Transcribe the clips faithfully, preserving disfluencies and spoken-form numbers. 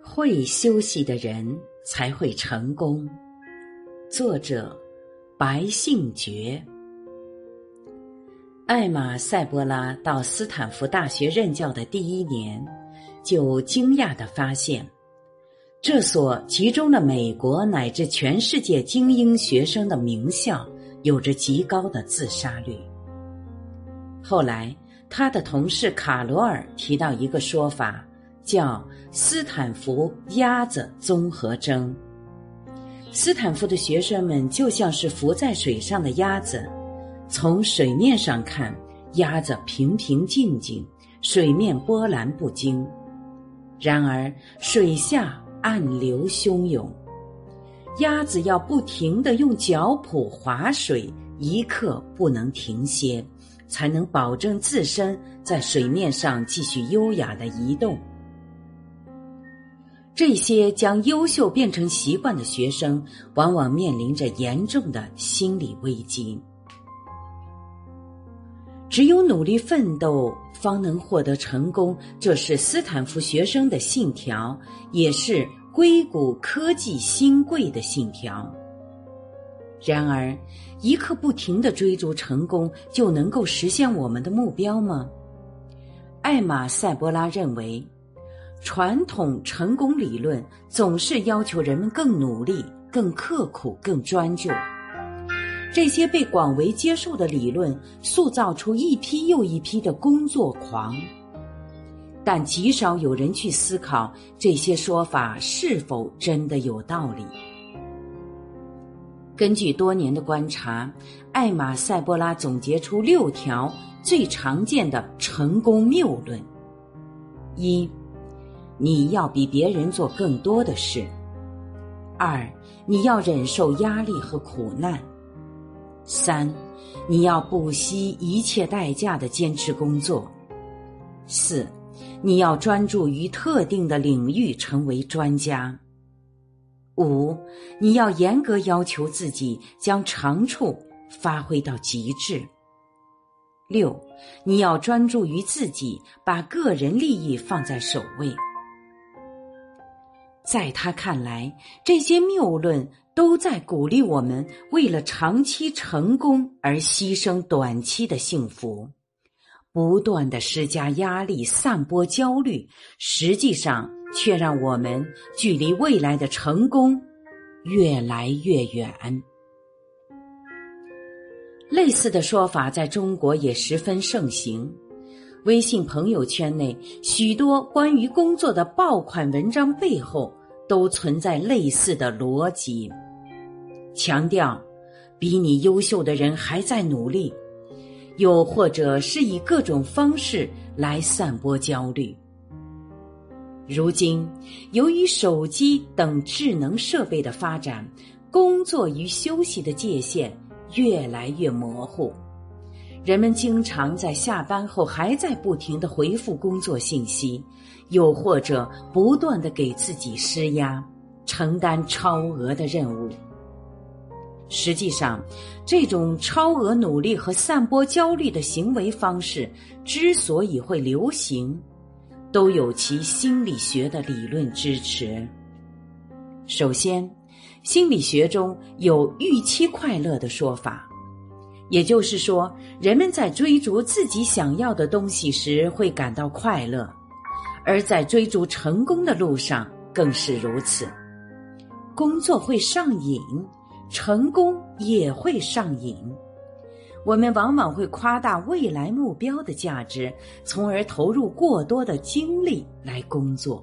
会休息的人才会成功。作者白信觉。艾玛·塞波拉到斯坦福大学任教的第一年，就惊讶地发现，这所集中了美国乃至全世界精英学生的名校有着极高的自杀率。后来，他的同事卡罗尔提到一个说法，叫斯坦福鸭子综合征。斯坦福的学生们就像是浮在水上的鸭子，从水面上看，鸭子平平静静，水面波澜不惊。然而水下暗流汹涌，鸭子要不停地用脚蹼划水，一刻不能停歇，才能保证自身在水面上继续优雅地移动。这些将优秀变成习惯的学生，往往面临着严重的心理危机。只有努力奋斗，方能获得成功，这是斯坦福学生的信条，也是硅谷科技新贵的信条。然而，一刻不停地追逐成功，就能够实现我们的目标吗？艾玛·塞波拉认为，传统成功理论总是要求人们更努力、更刻苦、更专注。这些被广为接受的理论塑造出一批又一批的工作狂，但极少有人去思考这些说法是否真的有道理。根据多年的观察，艾玛·塞波拉总结出六条最常见的成功谬论。一，你要比别人做更多的事。二，你要忍受压力和苦难。三，你要不惜一切代价地坚持工作。四，你要专注于特定的领域成为专家。五，你要严格要求自己将长处发挥到极致。六，你要专注于自己，把个人利益放在首位。在他看来，这些谬论都在鼓励我们为了长期成功而牺牲短期的幸福，不断地施加压力，散播焦虑，实际上却让我们距离未来的成功越来越远。类似的说法在中国也十分盛行。微信朋友圈内许多关于工作的爆款文章背后都存在类似的逻辑，强调比你优秀的人还在努力，又或者是以各种方式来散播焦虑。如今，由于手机等智能设备的发展，工作与休息的界限越来越模糊。人们经常在下班后还在不停地回复工作信息，又或者不断地给自己施压，承担超额的任务。实际上，这种超额努力和散播焦虑的行为方式之所以会流行，都有其心理学的理论支持。首先，心理学中有预期快乐的说法，也就是说，人们在追逐自己想要的东西时会感到快乐，而在追逐成功的路上更是如此。工作会上瘾，成功也会上瘾。我们往往会夸大未来目标的价值，从而投入过多的精力来工作。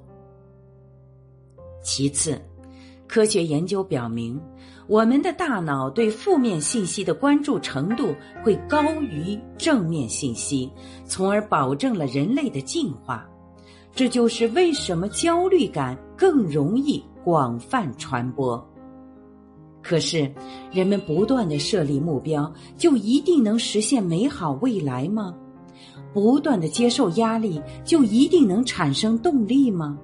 其次，科学研究表明，我们的大脑对负面信息的关注程度会高于正面信息，从而保证了人类的进化。这就是为什么焦虑感更容易广泛传播。可是，人们不断地设立目标，就一定能实现美好未来吗？不断地接受压力，就一定能产生动力吗？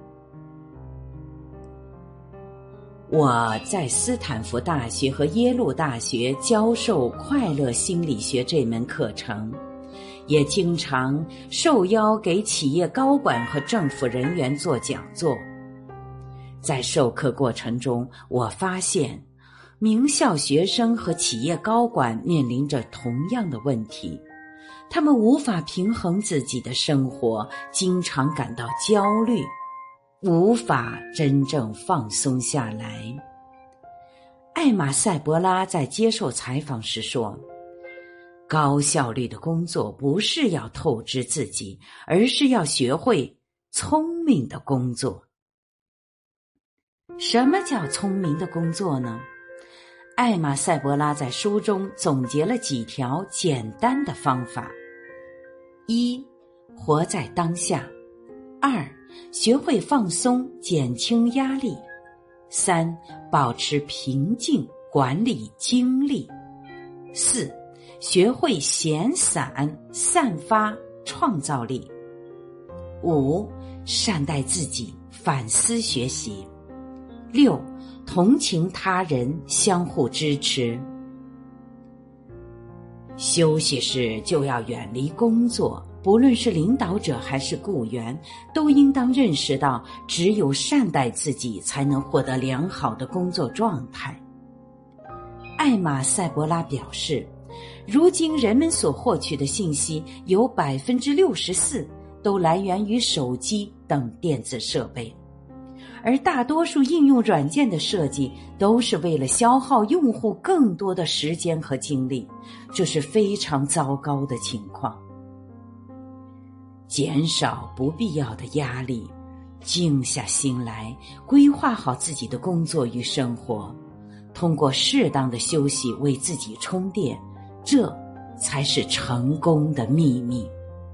我在斯坦福大学和耶鲁大学教授快乐心理学这门课程，也经常受邀给企业高管和政府人员做讲座。 在授课过程中，我发现名校学生和企业高管面临着同样的问题，他们无法平衡自己的生活，经常感到焦虑，无法真正放松下来。艾玛·塞博拉在接受采访时说，高效率的工作不是要透支自己，而是要学会聪明的工作。什么叫聪明的工作呢？艾玛·塞博拉在书中总结了几条简单的方法：一、活在当下；二、学会放松，减轻压力；三、保持平静，管理精力；四、学会闲散，散发创造力；五、善待自己，反思学习；六、同情他人，相互支持。休息时就要远离工作，不论是领导者还是雇员，都应当认识到，只有善待自己，才能获得良好的工作状态。艾玛·塞博拉表示，如今人们所获取的信息有 百分之六十四 都来源于手机等电子设备，而大多数应用软件的设计都是为了消耗用户更多的时间和精力，这是非常糟糕的情况。减少不必要的压力，静下心来，规划好自己的工作与生活，通过适当的休息为自己充电，这才是成功的秘密。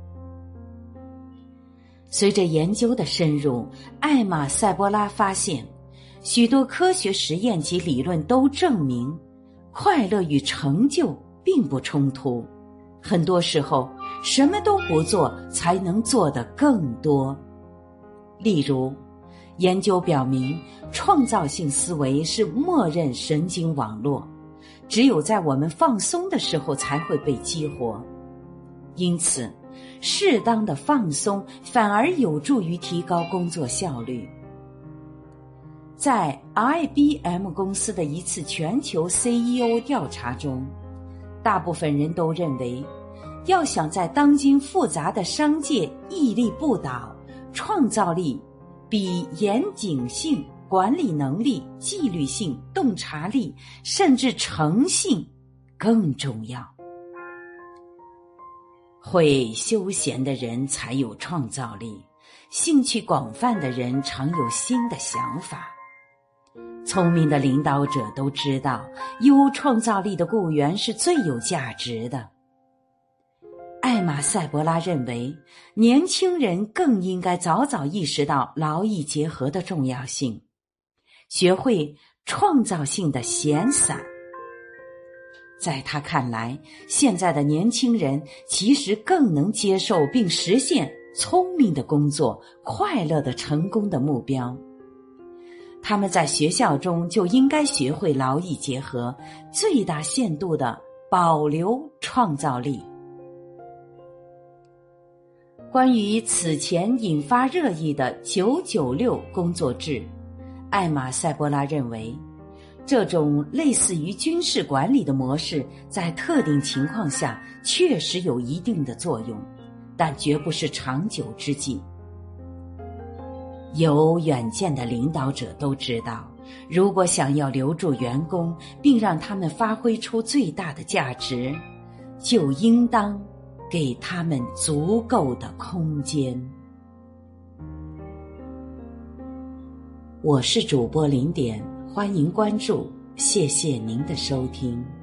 随着研究的深入，艾玛·塞博拉发现，许多科学实验及理论都证明，快乐与成就并不冲突。很多时候，什么都不做才能做得更多。例如，研究表明，创造性思维是默认神经网络，只有在我们放松的时候才会被激活。因此，适当的放松反而有助于提高工作效率。在 I B M 公司的一次全球 C E O 调查中，大部分人都认为，要想在当今复杂的商界屹立不倒，创造力比严谨性、管理能力、纪律性、洞察力，甚至诚信更重要。会休闲的人才有创造力，兴趣广泛的人常有新的想法。聪明的领导者都知道，有创造力的雇员是最有价值的。艾玛·塞博拉认为，年轻人更应该早早意识到劳逸结合的重要性，学会创造性的闲散。在他看来，现在的年轻人其实更能接受并实现聪明的工作、快乐的成功的目标。他们在学校中就应该学会劳逸结合，最大限度地保留创造力。关于此前引发热议的九九六工作制，艾玛·塞博拉认为，这种类似于军事管理的模式在特定情况下确实有一定的作用，但绝不是长久之计。有远见的领导者都知道，如果想要留住员工并让他们发挥出最大的价值，就应当给他们足够的空间。我是主播零点，欢迎关注，谢谢您的收听。